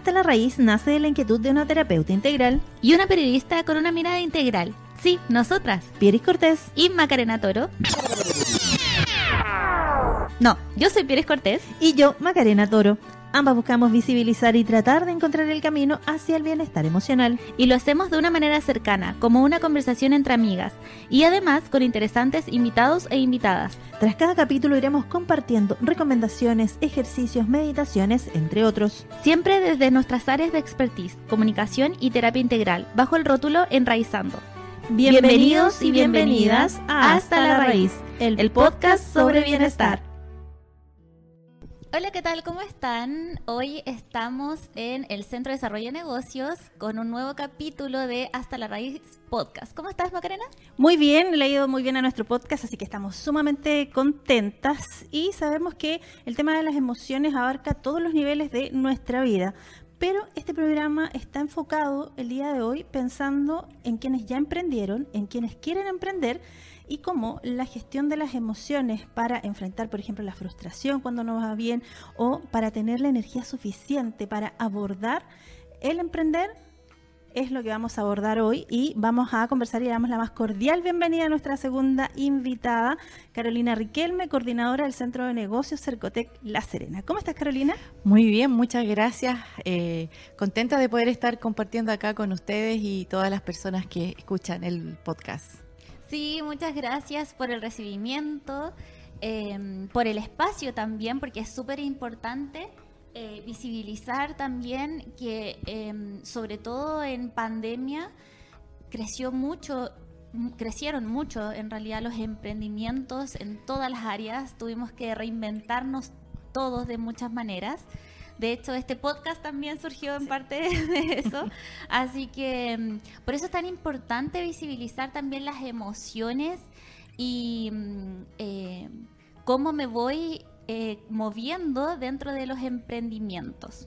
Hasta la Raíz nace de la inquietud de una terapeuta integral y una periodista con una mirada integral. Sí, nosotras, Pieris Cortés y Macarena Toro. No, yo soy Pieris Cortés. y yo, Macarena Toro. Ambas buscamos visibilizar y tratar de encontrar el camino hacia el bienestar emocional. Y lo hacemos de una manera cercana, como una conversación entre amigas. Y además con interesantes invitados e invitadas. Tras cada capítulo iremos compartiendo recomendaciones, ejercicios, meditaciones, entre otros. Siempre desde nuestras áreas de expertise, comunicación y terapia integral, bajo el rótulo Enraizando. Bienvenidos y bienvenidas a Hasta la Raíz, el podcast sobre bienestar. Hola, ¿qué tal? ¿Cómo están? Hoy estamos en el Centro de Desarrollo de Negocios con un nuevo capítulo de Hasta la Raíz Podcast. ¿Cómo estás, Macarena? Muy bien, le ha ido muy bien a nuestro podcast, así que estamos sumamente contentas y sabemos que el tema de las emociones abarca todos los niveles de nuestra vida. Pero este programa está enfocado el día de hoy pensando en quienes ya emprendieron, en quienes quieren emprender y cómo la gestión de las emociones para enfrentar, por ejemplo, la frustración cuando no va bien o para tener la energía suficiente para abordar el emprender es lo que vamos a abordar hoy y vamos a conversar y damos la más cordial bienvenida a nuestra segunda invitada, Carolina Riquelme, coordinadora del Centro de Negocios Cercotec La Serena. ¿Cómo estás, Carolina? Muy bien, muchas gracias. Contenta de poder estar compartiendo acá con ustedes y todas las personas que escuchan el podcast. Sí, muchas gracias por el recibimiento, por el espacio también, porque es súper importante visibilizar también que sobre todo en pandemia crecieron mucho en realidad los emprendimientos en todas las áreas, tuvimos que reinventarnos todos de muchas maneras. De hecho, este podcast también surgió en parte de eso. Así que por eso es tan importante visibilizar también las emociones y cómo me voy moviendo dentro de los emprendimientos.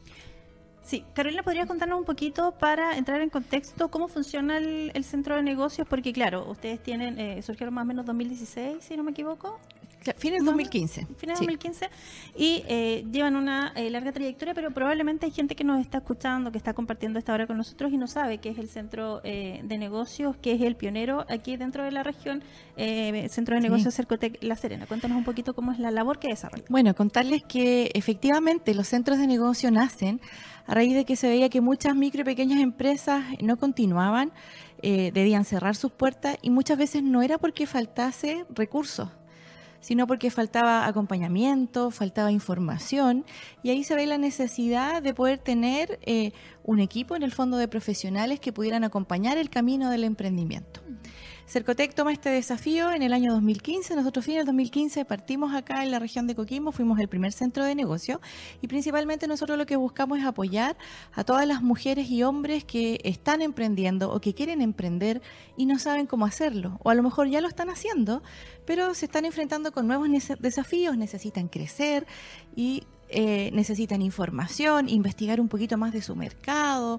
Sí, Carolina, ¿podrías contarnos un poquito para entrar en contexto cómo funciona el centro de negocios? Porque claro, ustedes surgieron más o menos 2016, si no me equivoco. Fines de 2015. Fines de Sí. 2015 y llevan una larga trayectoria, pero probablemente hay gente que nos está escuchando, que está compartiendo esta hora con nosotros y no sabe qué es el centro de negocios, que es el pionero aquí dentro de la región, Centro de Negocios Cercotec La Serena. Cuéntanos un poquito cómo es la labor que desarrolla. Bueno, contarles que efectivamente los centros de negocio nacen a raíz de que se veía que muchas micro y pequeñas empresas no continuaban, debían cerrar sus puertas y muchas veces no era porque faltase recursos, sino porque faltaba acompañamiento, faltaba información, y ahí se ve la necesidad de poder tener un equipo en el fondo de profesionales que pudieran acompañar el camino del emprendimiento. Cercotec toma este desafío en el año 2015. Nosotros, fin del 2015, partimos acá en la región de Coquimbo, fuimos el primer centro de negocio y principalmente nosotros lo que buscamos es apoyar a todas las mujeres y hombres que están emprendiendo o que quieren emprender y no saben cómo hacerlo, o a lo mejor ya lo están haciendo, pero se están enfrentando con nuevos desafíos, necesitan crecer y necesitan información, investigar un poquito más de su mercado,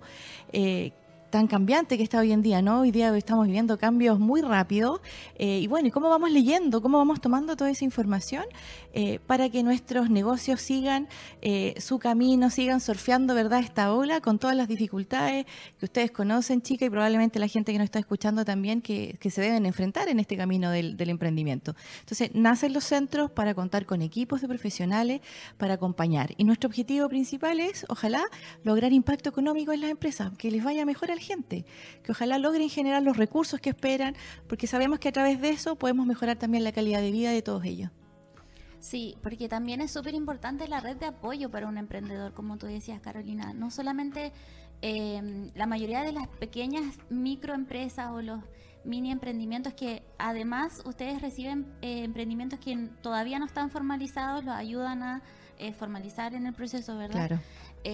tan cambiante que está hoy en día, ¿no? Hoy día estamos viviendo cambios muy rápidos y bueno, ¿y cómo vamos leyendo, cómo vamos tomando toda esa información para que nuestros negocios sigan su camino, sigan surfeando, ¿verdad?, esta ola con todas las dificultades que ustedes conocen, chicas, y probablemente la gente que nos está escuchando también que se deben enfrentar en este camino del emprendimiento. Entonces, nacen los centros para contar con equipos de profesionales para acompañar. Y nuestro objetivo principal es, ojalá, lograr impacto económico en las empresas, que les vaya mejor a la gente, que ojalá logren generar los recursos que esperan, porque sabemos que a través de eso podemos mejorar también la calidad de vida de todos ellos. Sí, porque también es súper importante la red de apoyo para un emprendedor, como tú decías, Carolina. No solamente la mayoría de las pequeñas microempresas o los mini emprendimientos, que además ustedes reciben emprendimientos que todavía no están formalizados, los ayudan a formalizar en el proceso, ¿verdad? Claro.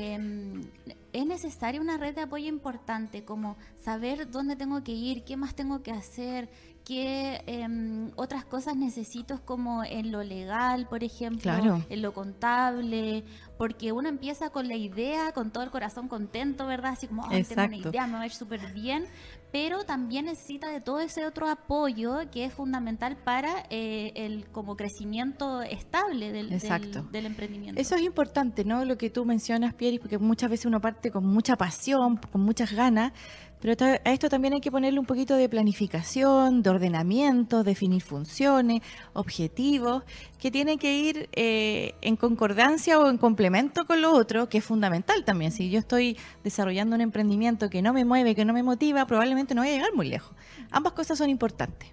Es necesaria una red de apoyo importante, como saber dónde tengo que ir, qué más tengo que hacer, qué otras cosas necesito como en lo legal, por ejemplo, Claro. en lo contable, porque uno empieza con la idea, con todo el corazón contento, ¿verdad? Así como, "Ay, tengo una Exacto. idea, me va a ir súper bien", pero también necesita de todo ese otro apoyo que es fundamental para el como crecimiento estable Exacto. del emprendimiento. Eso es importante, ¿no? Lo que tú mencionas, Pieris, porque muchas veces uno parte con mucha pasión, con muchas ganas, pero a esto también hay que ponerle un poquito de planificación, de ordenamiento, definir funciones, objetivos, que tienen que ir en concordancia o en complemento con lo otro, que es fundamental también. Si yo estoy desarrollando un emprendimiento que no me mueve, que no me motiva, probablemente no voy a llegar muy lejos. Ambas cosas son importantes.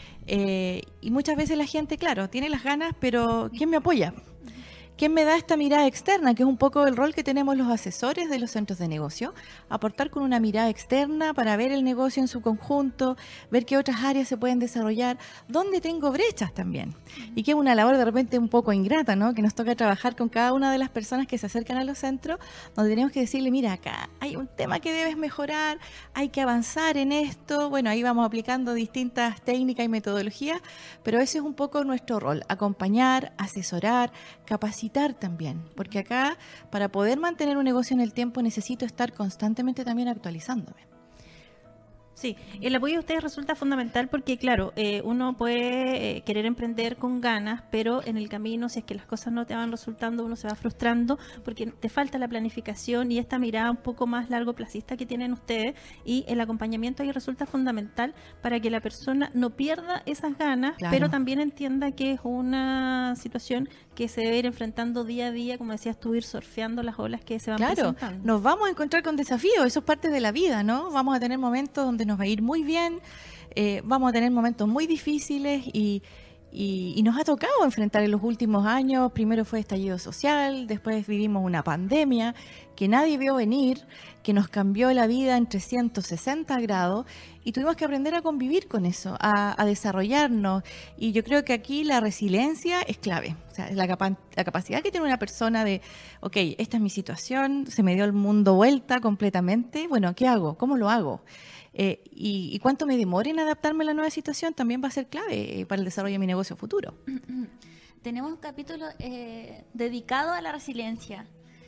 Y muchas veces la gente, claro, tiene las ganas, pero ¿quién me apoya? ¿Quién me da esta mirada externa? Que es un poco el rol que tenemos los asesores de los centros de negocio, aportar con una mirada externa para ver el negocio en su conjunto, ver qué otras áreas se pueden desarrollar, dónde tengo brechas también. Y que es una labor de repente un poco ingrata, ¿no? Que nos toca trabajar con cada una de las personas que se acercan a los centros, donde tenemos que decirle, mira, acá hay un tema que debes mejorar, hay que avanzar en esto. Bueno, ahí vamos aplicando distintas técnicas y metodologías, pero ese es un poco nuestro rol, acompañar, asesorar, capacitar también, porque acá para poder mantener un negocio en el tiempo necesito estar constantemente también actualizándome. Sí, el apoyo de ustedes resulta fundamental porque, claro, uno puede querer emprender con ganas, pero en el camino, si es que las cosas no te van resultando, uno se va frustrando porque te falta la planificación y esta mirada un poco más largoplacista que tienen ustedes, y el acompañamiento ahí resulta fundamental para que la persona no pierda esas ganas, Claro. pero también entienda que es una situación que se debe ir enfrentando día a día, como decías tú, ir surfeando las olas que se van Claro, presentando. nos vamos a encontrar con desafíos, eso es parte de la vida, ¿no? Vamos a tener momentos donde nos va a ir muy bien, vamos a tener momentos muy difíciles y nos ha tocado enfrentar en los últimos años. Primero fue estallido social, después vivimos una pandemia que nadie vio venir, que nos cambió la vida en 360 grados y tuvimos que aprender a convivir con eso, a desarrollarnos. Y yo creo que aquí la resiliencia es clave, o sea, la capacidad que tiene una persona de, ok, esta es mi situación, se me dio el mundo vuelta completamente, bueno, ¿qué hago? ¿Cómo lo hago? Y cuánto me demore en adaptarme a la nueva situación también va a ser clave para el desarrollo de mi negocio futuro. Tenemos un capítulo dedicado a la resiliencia,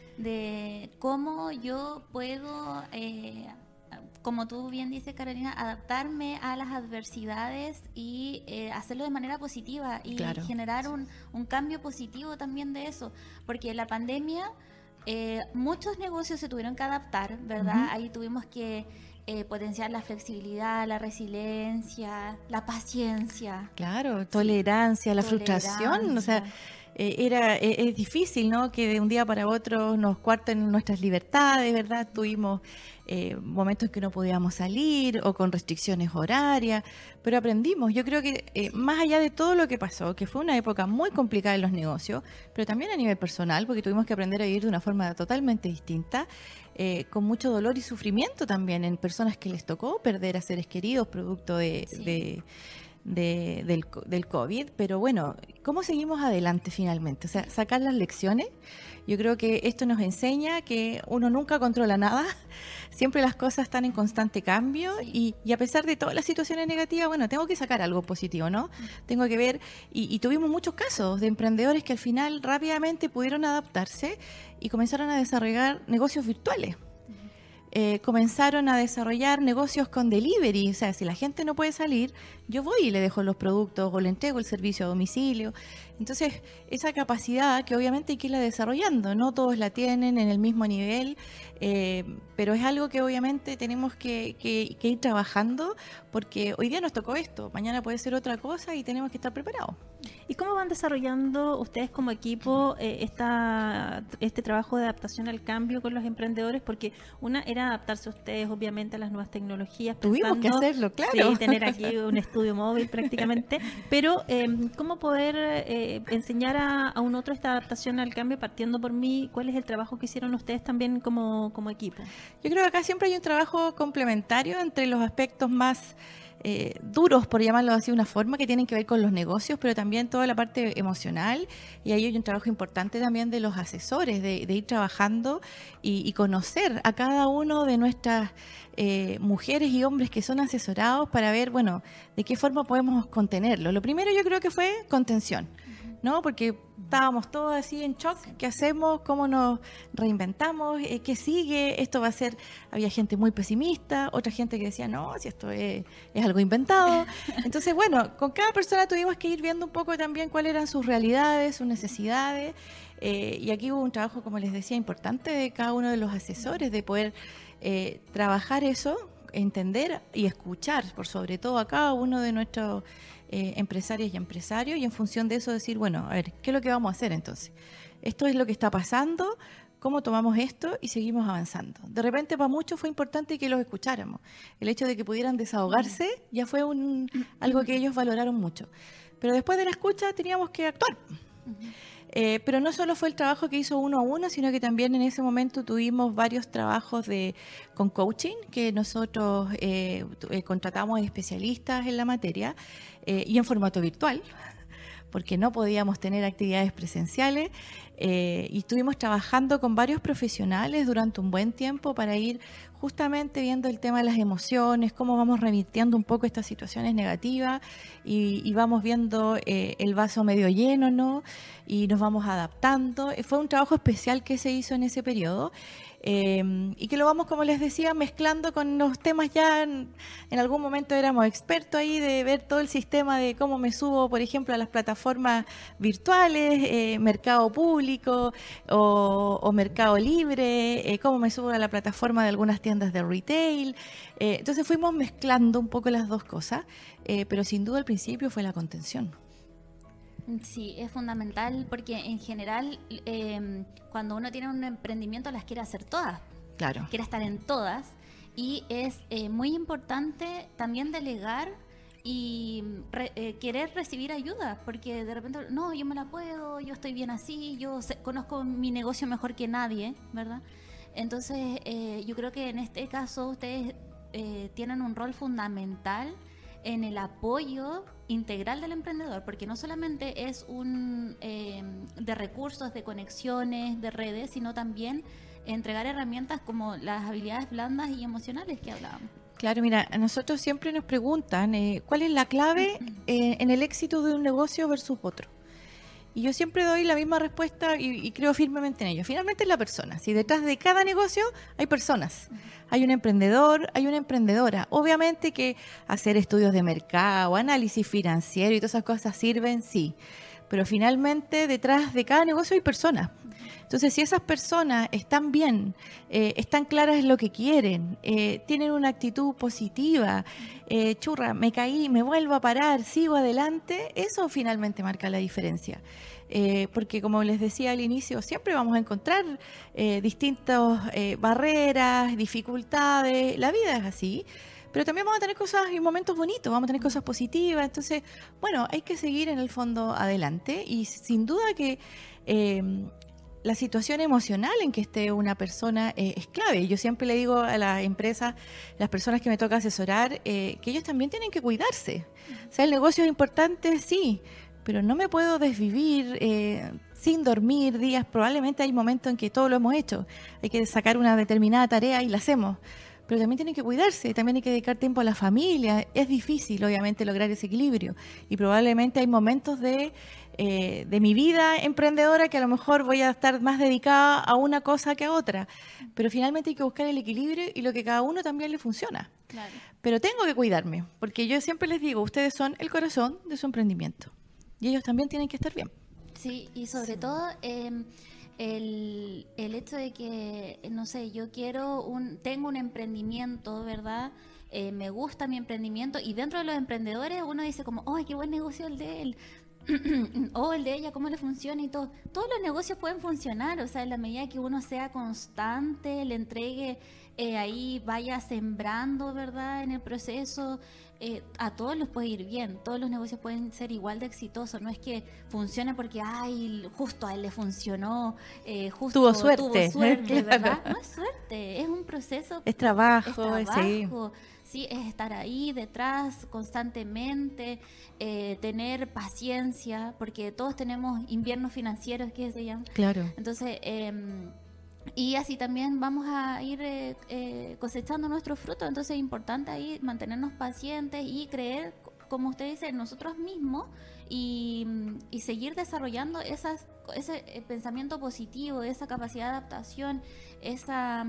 de cómo yo puedo, como tú bien dices, Carolina, adaptarme a las adversidades y hacerlo de manera positiva y Claro. generar un cambio positivo también de eso, porque la pandemia, muchos negocios se tuvieron que adaptar, ¿verdad? Ahí tuvimos que potenciar la flexibilidad, la resiliencia, la paciencia. Claro, tolerancia, la frustración, o sea, es difícil, ¿no? Que de un día para otro nos cuarten nuestras libertades, ¿verdad? Tuvimos momentos que no podíamos salir o con restricciones horarias, pero aprendimos. Yo creo que más allá de todo lo que pasó, que fue una época muy complicada en los negocios, pero también a nivel personal, porque tuvimos que aprender a vivir de una forma totalmente distinta, con mucho dolor y sufrimiento también en personas que les tocó perder a seres queridos producto del COVID, pero bueno, ¿cómo seguimos adelante finalmente? O sea, sacar las lecciones. Yo creo que esto nos enseña que uno nunca controla nada, siempre las cosas están en constante cambio y a pesar de todas las situaciones negativas, bueno, tengo que sacar algo positivo, ¿no? Tengo que ver, y tuvimos muchos casos de emprendedores que al final rápidamente pudieron adaptarse y comenzaron a desarrollar negocios virtuales. Comenzaron a desarrollar negocios con delivery, o sea, si la gente no puede salir, yo voy y le dejo los productos o le entrego el servicio a domicilio. Entonces, esa capacidad que obviamente hay que irla desarrollando, no todos la tienen en el mismo nivel, pero es algo que obviamente tenemos que ir trabajando, porque hoy día nos tocó esto, mañana puede ser otra cosa y tenemos que estar preparados. ¿Y cómo van desarrollando ustedes como equipo este trabajo de adaptación al cambio con los emprendedores? Porque una era adaptarse a ustedes, obviamente, a las nuevas tecnologías. Tuvimos que hacerlo, claro. Sí, tener aquí un estudio móvil prácticamente. Pero, ¿cómo poder enseñar a un otro esta adaptación al cambio partiendo por mí? ¿Cuál es el trabajo que hicieron ustedes también como equipo? Yo creo que acá siempre hay un trabajo complementario entre los aspectos más duros, por llamarlo así de una forma, que tienen que ver con los negocios, pero también toda la parte emocional. Y ahí hay un trabajo importante también de los asesores, de ir trabajando y conocer a cada uno de nuestras mujeres y hombres que son asesorados para ver, bueno, de qué forma podemos contenerlo. Lo primero yo creo que fue contención, ¿no? Porque estábamos todos así en shock. ¿Qué hacemos? ¿Cómo nos reinventamos? ¿Qué sigue? Esto va a ser... Había gente muy pesimista, otra gente que decía, no, si esto es algo inventado. Entonces, bueno, con cada persona tuvimos que ir viendo un poco también cuáles eran sus realidades, sus necesidades. Y aquí hubo un trabajo, como les decía, importante de cada uno de los asesores, de poder trabajar eso, entender y escuchar, por sobre todo a cada uno de nuestros empresarias y empresarios, y en función de eso decir, bueno, a ver, ¿qué es lo que vamos a hacer entonces? Esto es lo que está pasando, ¿cómo tomamos esto? Y seguimos avanzando. De repente para muchos fue importante que los escucháramos. El hecho de que pudieran desahogarse ya fue algo que ellos valoraron mucho. Pero después de la escucha teníamos que actuar. Pero no solo fue el trabajo que hizo uno a uno, sino que también en ese momento tuvimos varios trabajos con coaching, que nosotros contratamos especialistas en la materia y en formato virtual, porque no podíamos tener actividades presenciales, y estuvimos trabajando con varios profesionales durante un buen tiempo para ir justamente viendo el tema de las emociones, cómo vamos revirtiendo un poco estas situaciones negativas y vamos viendo el vaso medio lleno, ¿no? Y nos vamos adaptando. Fue un trabajo especial que se hizo en ese periodo. Y que lo vamos, como les decía, mezclando con los temas ya. En algún momento éramos expertos ahí de ver todo el sistema de cómo me subo, por ejemplo, a las plataformas virtuales, Mercado Público o Mercado Libre, cómo me subo a la plataforma de algunas tiendas de retail. Entonces fuimos mezclando un poco las dos cosas, pero sin duda al principio fue la contención. Sí, es fundamental porque en general cuando uno tiene un emprendimiento las quiere hacer todas. Claro. Quiere estar en todas y es muy importante también delegar y querer recibir ayuda, porque de repente, no, yo me la puedo, yo estoy bien así, conozco mi negocio mejor que nadie, ¿verdad? Entonces yo creo que en este caso ustedes tienen un rol fundamental en el apoyo integral del emprendedor, porque no solamente es de recursos, de conexiones, de redes, sino también entregar herramientas como las habilidades blandas y emocionales que hablábamos. Claro, mira, a nosotros siempre nos preguntan cuál es la clave en el éxito de un negocio versus otro. Y yo siempre doy la misma respuesta y creo firmemente en ello. Finalmente es la persona. Si detrás de cada negocio hay personas, hay un emprendedor, hay una emprendedora. Obviamente que hacer estudios de mercado, análisis financiero y todas esas cosas sirven, sí. Pero finalmente detrás de cada negocio hay personas. Entonces, si esas personas están bien, están claras en lo que quieren, tienen una actitud positiva, churra, me caí, me vuelvo a parar, sigo adelante, eso finalmente marca la diferencia. Porque como les decía al inicio, siempre vamos a encontrar distintas barreras, dificultades, la vida es así. Pero también vamos a tener cosas y momentos bonitos, vamos a tener cosas positivas. Entonces, bueno, hay que seguir en el fondo adelante y sin duda que la situación emocional en que esté una persona es clave. Yo siempre le digo a las empresas, las personas que me toca asesorar, que ellos también tienen que cuidarse. O sea, el negocio es importante, sí, pero no me puedo desvivir sin dormir días. Probablemente hay momentos en que todo lo hemos hecho. Hay que sacar una determinada tarea y la hacemos. Pero también tienen que cuidarse, también hay que dedicar tiempo a la familia. Es difícil, obviamente, lograr ese equilibrio. Y probablemente hay momentos de mi vida emprendedora que a lo mejor voy a estar más dedicada a una cosa que a otra. Pero finalmente hay que buscar el equilibrio y lo que cada uno también le funciona. Claro. Pero tengo que cuidarme, porque yo siempre les digo, ustedes son el corazón de su emprendimiento. Y ellos también tienen que estar bien. Sí, y sobre todo el hecho de que, no sé, yo tengo un emprendimiento, ¿verdad? Me gusta mi emprendimiento y dentro de los emprendedores uno dice como, ¡ay, qué buen negocio el de él! O el de ella, cómo le funciona y todo. Todos los negocios pueden funcionar, o sea, en la medida que uno sea constante, le entregue ahí, vaya sembrando, ¿verdad? En el proceso, a todos los puede ir bien, todos los negocios pueden ser igual de exitosos. No es que funcione porque, ay, justo a él le funcionó, justo tuvo suerte, claro. ¿verdad? No es suerte, es un proceso. Es trabajo, sí. sí, es estar ahí detrás constantemente, tener paciencia, porque todos tenemos inviernos financieros, que se llaman. Claro. Entonces, y así también vamos a ir cosechando nuestros frutos. Entonces es importante ahí mantenernos pacientes y creer, como usted dice, en nosotros mismos y seguir desarrollando ese pensamiento positivo, esa capacidad de adaptación, esa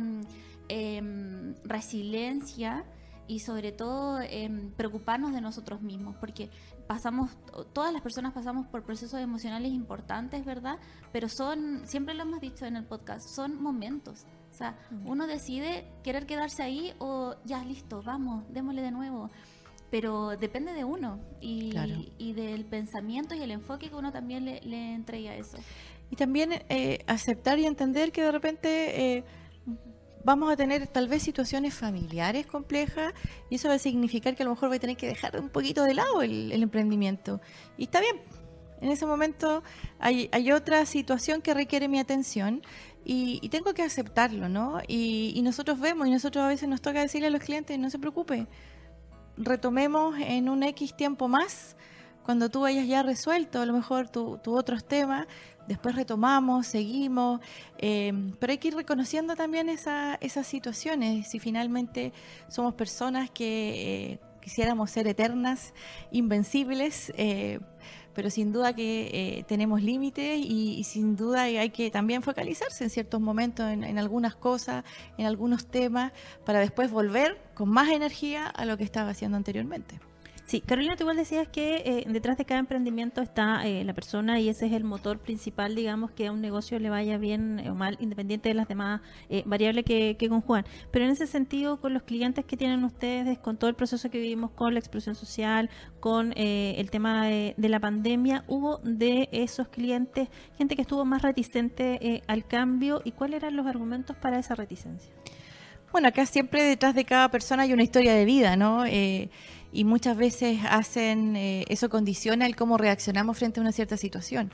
resiliencia y sobre todo preocuparnos de nosotros mismos, porque todas las personas pasamos por procesos emocionales importantes, ¿verdad? Pero siempre lo hemos dicho en el podcast, son momentos. O sea, uno decide querer quedarse ahí o ya, listo, vamos, démosle de nuevo. Pero depende de uno y del pensamiento y el enfoque que uno también le entrega a eso. Y también aceptar y entender que de repente vamos a tener tal vez situaciones familiares complejas y eso va a significar que a lo mejor voy a tener que dejar un poquito de lado el emprendimiento. Y está bien, en ese momento hay otra situación que requiere mi atención y tengo que aceptarlo, ¿no? Y nosotros vemos y nosotros a veces nos toca decirle a los clientes, no se preocupe, retomemos en un X tiempo más, cuando tú hayas ya resuelto a lo mejor tu otros temas, después retomamos, seguimos, pero hay que ir reconociendo también esas situaciones, si finalmente somos personas que quisiéramos ser eternas, invencibles, pero sin duda que tenemos límites y sin duda hay que también focalizarse en ciertos momentos en algunas cosas, en algunos temas, para después volver con más energía a lo que estaba haciendo anteriormente. Sí, Carolina, tú igual decías que detrás de cada emprendimiento está la persona y ese es el motor principal, digamos, que a un negocio le vaya bien o mal, independiente de las demás variables que conjugan. Pero en ese sentido, con los clientes que tienen ustedes, con todo el proceso que vivimos, con la explosión social, con el tema de la pandemia, ¿hubo de esos clientes gente que estuvo más reticente al cambio? ¿Y cuáles eran los argumentos para esa reticencia? Bueno, acá siempre detrás de cada persona hay una historia de vida, ¿no? Y muchas veces eso condiciona el cómo reaccionamos frente a una cierta situación.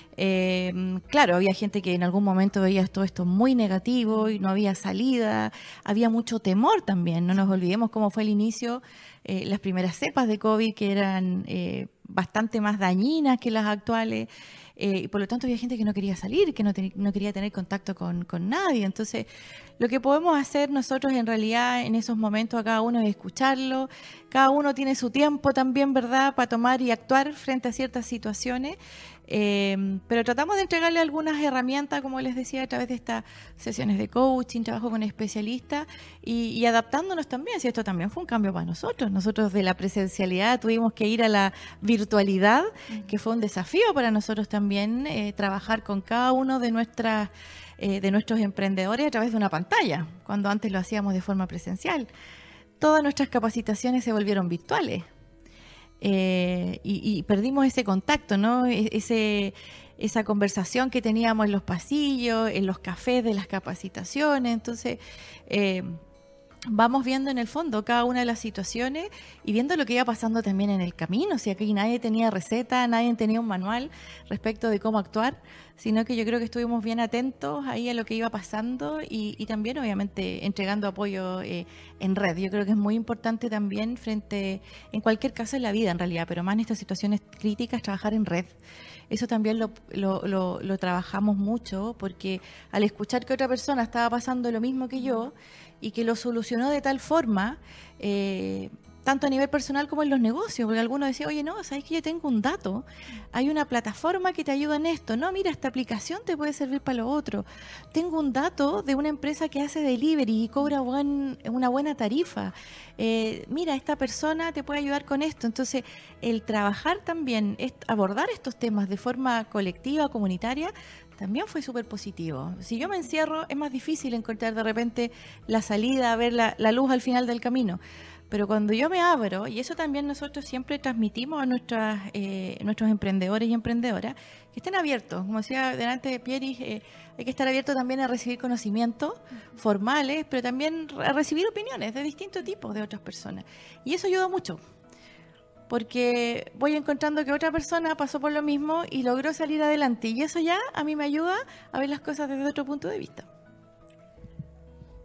Claro, había gente que en algún momento veía todo esto muy negativo y no había salida, había mucho temor también, no nos olvidemos cómo fue el inicio, las primeras cepas de COVID que eran bastante más dañinas que las actuales. Y por lo tanto había gente que no quería salir, que no quería tener contacto con nadie. Entonces, lo que podemos hacer nosotros en realidad en esos momentos a cada uno es escucharlo. Cada uno tiene su tiempo también, ¿verdad?, para tomar y actuar frente a ciertas situaciones. Pero tratamos de entregarle algunas herramientas, como les decía, a través de estas sesiones de coaching, trabajo con especialistas y adaptándonos también, si esto también fue un cambio para nosotros. Nosotros de la presencialidad tuvimos que ir a la virtualidad, que fue un desafío para nosotros también, trabajar con cada uno de nuestros emprendedores a través de una pantalla, cuando antes lo hacíamos de forma presencial. Todas nuestras capacitaciones se volvieron virtuales. Y perdimos ese contacto, ¿no? Esa conversación que teníamos en los pasillos, en los cafés de las capacitaciones. Entonces, vamos viendo en el fondo cada una de las situaciones y viendo lo que iba pasando también en el camino. Si aquí nadie tenía receta, nadie tenía un manual respecto de cómo actuar, sino que yo creo que estuvimos bien atentos ahí a lo que iba pasando y también obviamente entregando apoyo en red. Yo creo que es muy importante también en cualquier caso en la vida en realidad, pero más en estas situaciones críticas, trabajar en red. Eso también lo trabajamos mucho porque al escuchar que otra persona estaba pasando lo mismo que yo y que lo solucionó de tal forma, tanto a nivel personal como en los negocios, porque algunos decían, oye, no, ¿sabes que yo tengo un dato? Hay una plataforma que te ayuda en esto. No, mira, esta aplicación te puede servir para lo otro. Tengo un dato de una empresa que hace delivery y cobra una buena tarifa. Mira, esta persona te puede ayudar con esto. Entonces, el trabajar también, abordar estos temas de forma colectiva, comunitaria, también fue súper positivo. Si yo me encierro, es más difícil encontrar de repente la salida, ver la luz al final del camino. Pero cuando yo me abro, y eso también nosotros siempre transmitimos a nuestros emprendedores y emprendedoras, que estén abiertos. Como decía delante de Pieris, hay que estar abierto también a recibir conocimientos formales, pero también a recibir opiniones de distintos tipos de otras personas. Y eso ayuda mucho, porque voy encontrando que otra persona pasó por lo mismo y logró salir adelante. Y eso ya a mí me ayuda a ver las cosas desde otro punto de vista.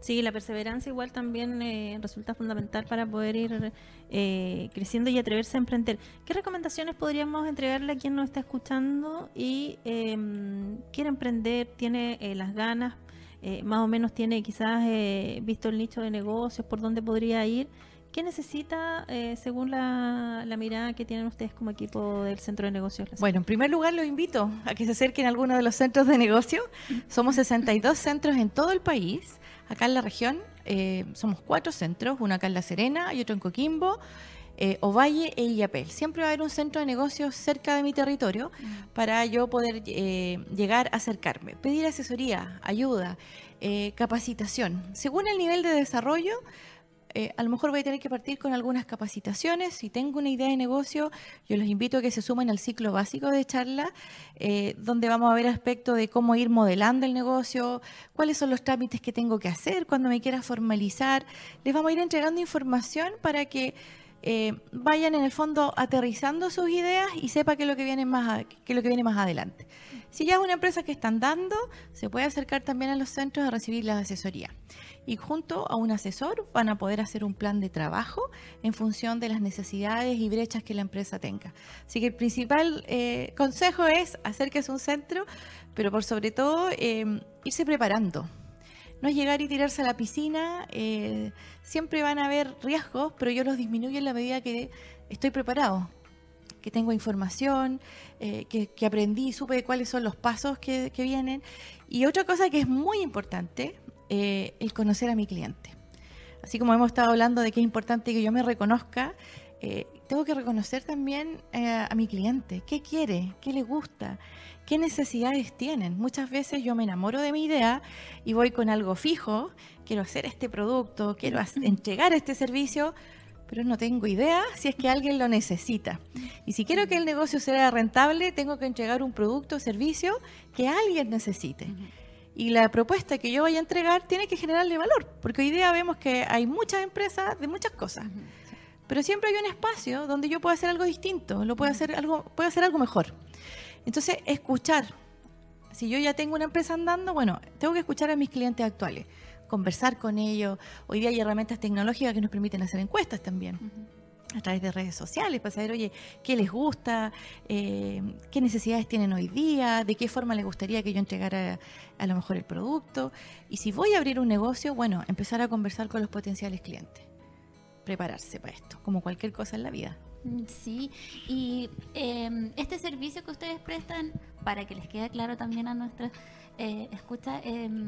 Sí, la perseverancia igual también resulta fundamental para poder ir creciendo y atreverse a emprender. ¿Qué recomendaciones podríamos entregarle a quien nos está escuchando y quiere emprender, tiene las ganas, más o menos tiene quizás visto el nicho de negocios, por dónde podría ir? ¿Qué necesita según la mirada que tienen ustedes como equipo del Centro de Negocios? Bueno, en primer lugar los invito a que se acerquen a alguno de los centros de negocio. Somos 62 centros en todo el país. Acá en la región somos 4 centros, uno acá en La Serena y otro en Coquimbo, Ovalle e Illapel. Siempre va a haber un centro de negocios cerca de mi territorio para yo poder llegar a acercarme, pedir asesoría, ayuda, capacitación. Según el nivel de desarrollo, a lo mejor voy a tener que partir con algunas capacitaciones. Si tengo una idea de negocio, yo los invito a que se sumen al ciclo básico de charla, donde vamos a ver aspectos de cómo ir modelando el negocio, cuáles son los trámites que tengo que hacer cuando me quiera formalizar. Les vamos a ir entregando información para que vayan en el fondo aterrizando sus ideas y sepa qué es lo que viene más adelante. Si ya es una empresa que están dando, se puede acercar también a los centros a recibir la asesoría. Y junto a un asesor van a poder hacer un plan de trabajo en función de las necesidades y brechas que la empresa tenga. Así que el principal consejo es acérquese a un centro, pero por sobre todo irse preparando. No es llegar y tirarse a la piscina, siempre van a haber riesgos, pero yo los disminuyo en la medida que estoy preparado, que tengo información, que aprendí, supe cuáles son los pasos que vienen. Y otra cosa que es muy importante, el conocer a mi cliente. Así como hemos estado hablando de que es importante que yo me reconozca, tengo que reconocer también a mi cliente. ¿Qué quiere? ¿Qué le gusta? ¿Qué necesidades tienen? Muchas veces yo me enamoro de mi idea y voy con algo fijo, quiero hacer este producto, quiero entregar este servicio, pero no tengo idea si es que alguien lo necesita. Y si quiero que el negocio sea rentable, tengo que entregar un producto o servicio que alguien necesite. Y la propuesta que yo voy a entregar tiene que generarle valor, porque hoy día vemos que hay muchas empresas de muchas cosas, pero siempre hay un espacio donde yo puedo hacer algo distinto, puedo hacer algo mejor. Entonces, escuchar. Si yo ya tengo una empresa andando, bueno, tengo que escuchar a mis clientes actuales, conversar con ellos. Hoy día hay herramientas tecnológicas que nos permiten hacer encuestas también. A través de redes sociales, para saber, oye, qué les gusta, qué necesidades tienen hoy día, de qué forma les gustaría que yo entregara a lo mejor el producto. Y si voy a abrir un negocio, bueno, empezar a conversar con los potenciales clientes. Prepararse para esto, como cualquier cosa en la vida. Sí, y este servicio que ustedes prestan, para que les quede claro también a nuestras escuchas,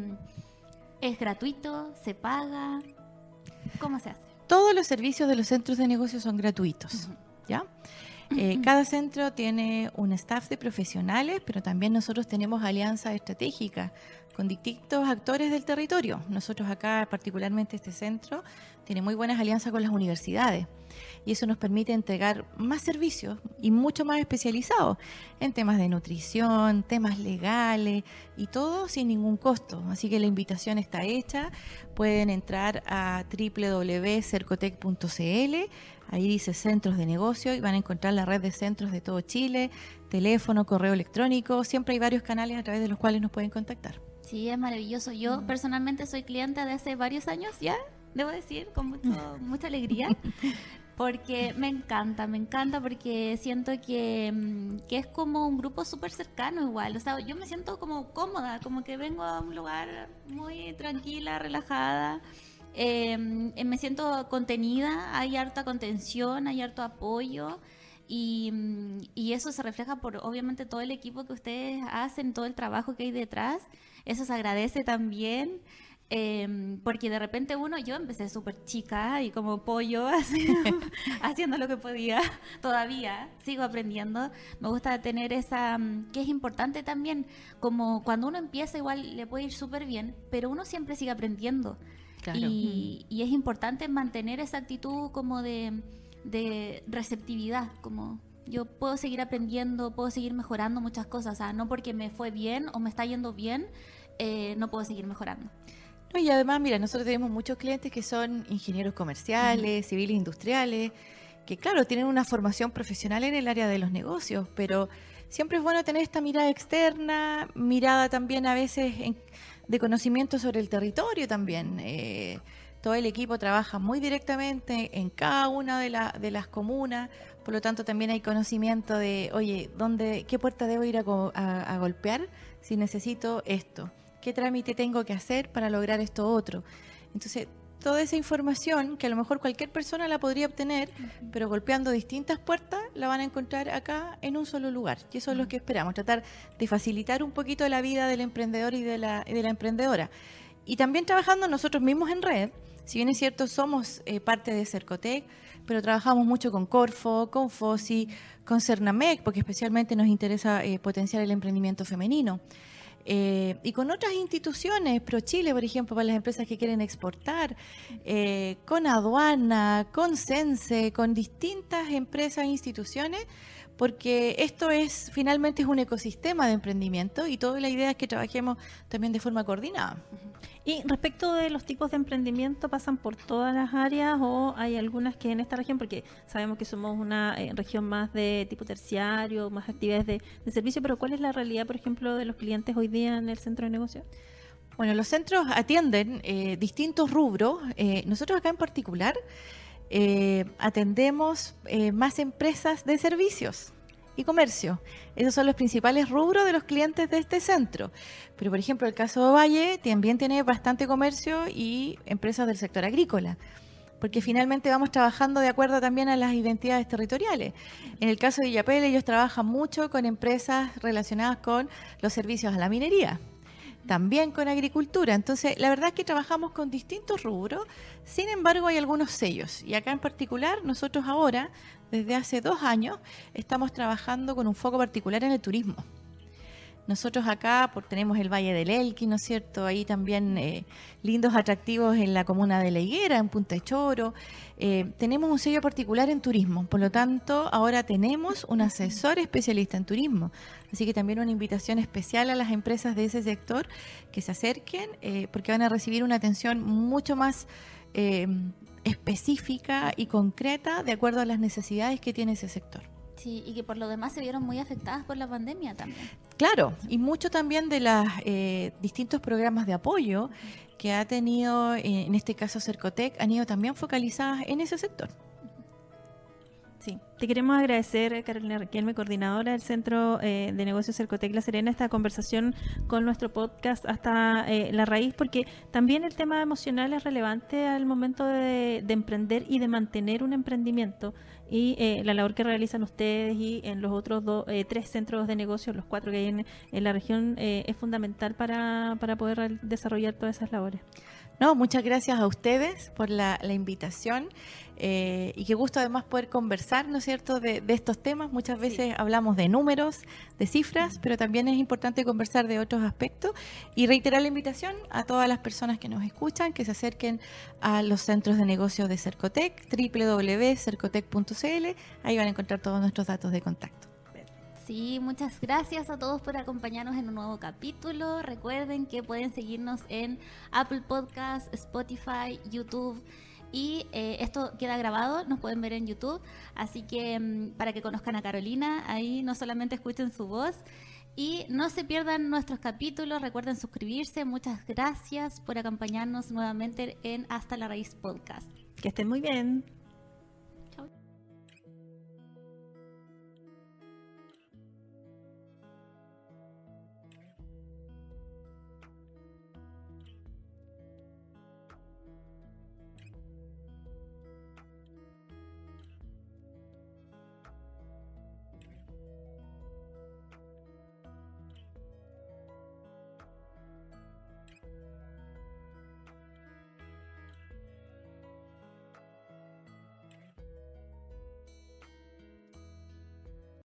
¿es gratuito? ¿Se paga? ¿Cómo se hace? Todos los servicios de los centros de negocios son gratuitos, ¿ya? Cada centro tiene un staff de profesionales, pero también nosotros tenemos alianzas estratégicas con distintos actores del territorio. Nosotros acá, particularmente este centro, tiene muy buenas alianzas con las universidades y eso nos permite entregar más servicios y mucho más especializados en temas de nutrición, temas legales y todo sin ningún costo. Así que la invitación está hecha. Pueden entrar a www.cercotec.cl. Ahí dice centros de negocio y van a encontrar la red de centros de todo Chile, teléfono, correo electrónico. Siempre hay varios canales a través de los cuales nos pueden contactar. Sí, es maravilloso. Yo personalmente soy clienta de hace varios años ya, debo decir, con mucha alegría, porque me encanta porque siento que es como un grupo súper cercano igual. O sea, yo me siento como cómoda, como que vengo a un lugar muy tranquila, relajada. Me siento contenida, hay harta contención, hay harto apoyo y eso se refleja por obviamente todo el equipo que ustedes hacen, todo el trabajo que hay detrás. Eso se agradece también, porque de repente yo empecé súper chica y como pollo haciendo lo que podía, todavía sigo aprendiendo. Me gusta tener esa, que es importante también, como cuando uno empieza igual le puede ir súper bien, pero uno siempre sigue aprendiendo. Claro. Y es importante mantener esa actitud como de receptividad, como yo puedo seguir aprendiendo, puedo seguir mejorando muchas cosas, o sea, no porque me fue bien o me está yendo bien, no puedo seguir mejorando. No, y además, mira, nosotros tenemos muchos clientes que son ingenieros comerciales, civiles industriales, que claro, tienen una formación profesional en el área de los negocios, pero siempre es bueno tener esta mirada externa, mirada también a veces de conocimiento sobre el territorio también. Todo el equipo trabaja muy directamente en cada una de las comunas, por lo tanto también hay conocimiento de, oye, ¿qué puerta debo ir a golpear si necesito esto? ¿Qué trámite tengo que hacer para lograr esto otro? Entonces, toda esa información que a lo mejor cualquier persona la podría obtener, pero golpeando distintas puertas la van a encontrar acá en un solo lugar. Y eso es lo que esperamos, tratar de facilitar un poquito la vida del emprendedor y de la emprendedora. Y también trabajando nosotros mismos en red. Si bien es cierto, somos parte de Cercotec, pero trabajamos mucho con Corfo, con FOSI, con Cernamec, porque especialmente nos interesa potenciar el emprendimiento femenino. Y con otras instituciones, ProChile, por ejemplo, para las empresas que quieren exportar, con aduana, con Sense, con distintas empresas e instituciones, porque esto finalmente es un ecosistema de emprendimiento y toda la idea es que trabajemos también de forma coordinada. Y respecto de los tipos de emprendimiento, ¿pasan por todas las áreas o hay algunas que en esta región, porque sabemos que somos una región más de tipo terciario, más actividades de servicio, pero ¿cuál es la realidad, por ejemplo, de los clientes hoy día en el centro de negocio? Bueno, los centros atienden distintos rubros. Nosotros acá en particular atendemos más empresas de servicios y comercio. Esos son los principales rubros de los clientes de este centro. Pero, por ejemplo, el caso de Valle también tiene bastante comercio y empresas del sector agrícola, porque finalmente vamos trabajando de acuerdo también a las identidades territoriales. En el caso de Illapel, ellos trabajan mucho con empresas relacionadas con los servicios a la minería, también con agricultura. Entonces, la verdad es que trabajamos con distintos rubros, sin embargo hay algunos sellos. Y acá en particular, nosotros ahora, desde hace 2 años, estamos trabajando con un foco particular en el turismo. Nosotros acá tenemos el Valle del Elqui, ¿no es cierto? Ahí también lindos atractivos en la comuna de La Higuera, en Punta Echoro. Tenemos un sello particular en turismo, por lo tanto, ahora tenemos un asesor especialista en turismo. Así que también una invitación especial a las empresas de ese sector que se acerquen, porque van a recibir una atención mucho más específica y concreta de acuerdo a las necesidades que tiene ese sector. Sí, y que por lo demás se vieron muy afectadas por la pandemia también. Claro, y mucho también de los distintos programas de apoyo que ha tenido, en este caso Cercotec, han ido también focalizadas en ese sector. Sí, te queremos agradecer, Carolina Riquelme, coordinadora del Centro de Negocios Cercotec La Serena, esta conversación con nuestro podcast Hasta la Raíz, porque también el tema emocional es relevante al momento de emprender y de mantener un emprendimiento. Y la labor que realizan ustedes y en los otros 3 centros de negocios, los 4 que hay en la región, es fundamental para poder desarrollar todas esas labores. No, muchas gracias a ustedes por la invitación y qué gusto además poder conversar, ¿no es cierto?, de estos temas. Muchas veces hablamos de números, de cifras, pero también es importante conversar de otros aspectos y reiterar la invitación a todas las personas que nos escuchan, que se acerquen a los centros de negocios de Cercotec, www.cercotec.cl, ahí van a encontrar todos nuestros datos de contacto. Sí, muchas gracias a todos por acompañarnos en un nuevo capítulo. Recuerden que pueden seguirnos en Apple Podcasts, Spotify, YouTube y esto queda grabado, nos pueden ver en YouTube. Así que para que conozcan a Carolina, ahí no solamente escuchen su voz y no se pierdan nuestros capítulos. Recuerden suscribirse. Muchas gracias por acompañarnos nuevamente en Hasta la Raíz Podcast. Que estén muy bien.